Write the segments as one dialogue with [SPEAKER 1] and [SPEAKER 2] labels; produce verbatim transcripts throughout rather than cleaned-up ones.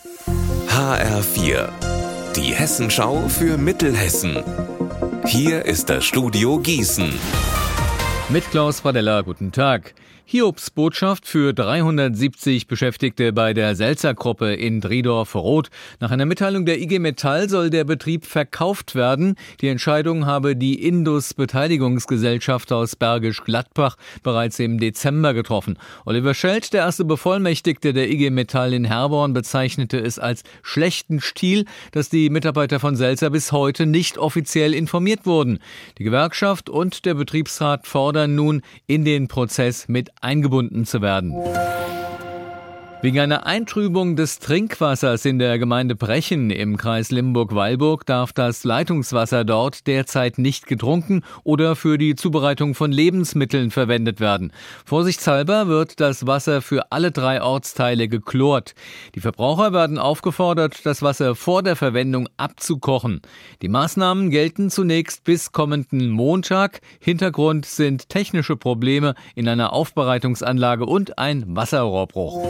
[SPEAKER 1] H R vier, die Hessenschau für Mittelhessen. Hier ist das Studio Gießen.
[SPEAKER 2] Mit Klaus Pradella, guten Tag. Hiobs Botschaft für dreihundertsiebzig Beschäftigte bei der Selzer-Gruppe in Driedorf-Roth. Nach einer Mitteilung der I G Metall soll der Betrieb verkauft werden. Die Entscheidung habe die Indus Beteiligungsgesellschaft aus Bergisch Gladbach bereits im Dezember getroffen. Oliver Schelt, der erste Bevollmächtigte der I G Metall in Herborn, bezeichnete es als schlechten Stil, dass die Mitarbeiter von Selzer bis heute nicht offiziell informiert wurden. Die Gewerkschaft und der Betriebsrat fordern nun, in den Prozess mit eingebunden zu werden. Wegen einer Eintrübung des Trinkwassers in der Gemeinde Brechen im Kreis Limburg-Weilburg darf das Leitungswasser dort derzeit nicht getrunken oder für die Zubereitung von Lebensmitteln verwendet werden. Vorsichtshalber wird das Wasser für alle drei Ortsteile geklort. Die Verbraucher werden aufgefordert, das Wasser vor der Verwendung abzukochen. Die Maßnahmen gelten zunächst bis kommenden Montag. Hintergrund sind technische Probleme in einer Aufbereitungsanlage und ein Wasserrohrbruch.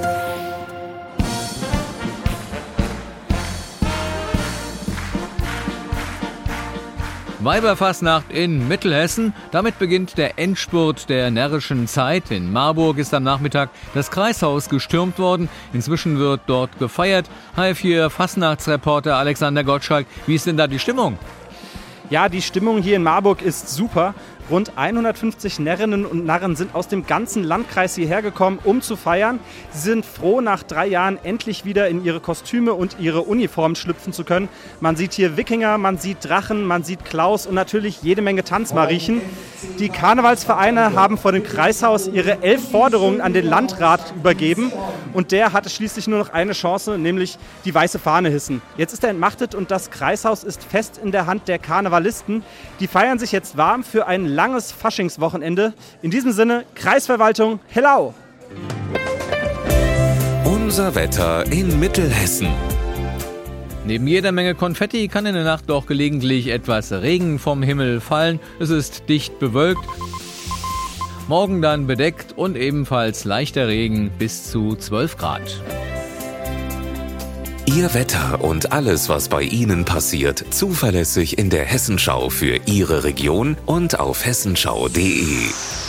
[SPEAKER 2] Weiberfastnacht in Mittelhessen. Damit beginnt der Endspurt der närrischen Zeit. In Marburg ist am Nachmittag das Kreishaus gestürmt worden. Inzwischen wird dort gefeiert. H R vier Fastnachtsreporter Alexander Gottschalk. Wie ist denn da die Stimmung?
[SPEAKER 3] Ja, die Stimmung hier in Marburg ist super. Rund hundertfünfzig Närrinnen und Narren sind aus dem ganzen Landkreis hierher gekommen, um zu feiern. Sie sind froh, nach drei Jahren endlich wieder in ihre Kostüme und ihre Uniformen schlüpfen zu können. Man sieht hier Wikinger, man sieht Drachen, man sieht Klaus und natürlich jede Menge Tanzmariechen. Die Karnevalsvereine haben vor dem Kreishaus ihre elf Forderungen an den Landrat übergeben. Und der hatte schließlich nur noch eine Chance, nämlich die weiße Fahne hissen. Jetzt ist er entmachtet und das Kreishaus ist fest in der Hand der Karnevalisten. Die feiern sich jetzt warm für ein langes Faschingswochenende. In diesem Sinne, Kreisverwaltung, hello!
[SPEAKER 1] Unser Wetter in Mittelhessen.
[SPEAKER 2] Neben jeder Menge Konfetti kann in der Nacht auch gelegentlich etwas Regen vom Himmel fallen. Es ist dicht bewölkt. Morgen dann bedeckt und ebenfalls leichter Regen bis zu zwölf Grad.
[SPEAKER 1] Ihr Wetter und alles, was bei Ihnen passiert, zuverlässig in der Hessenschau für Ihre Region und auf hessenschau punkt de.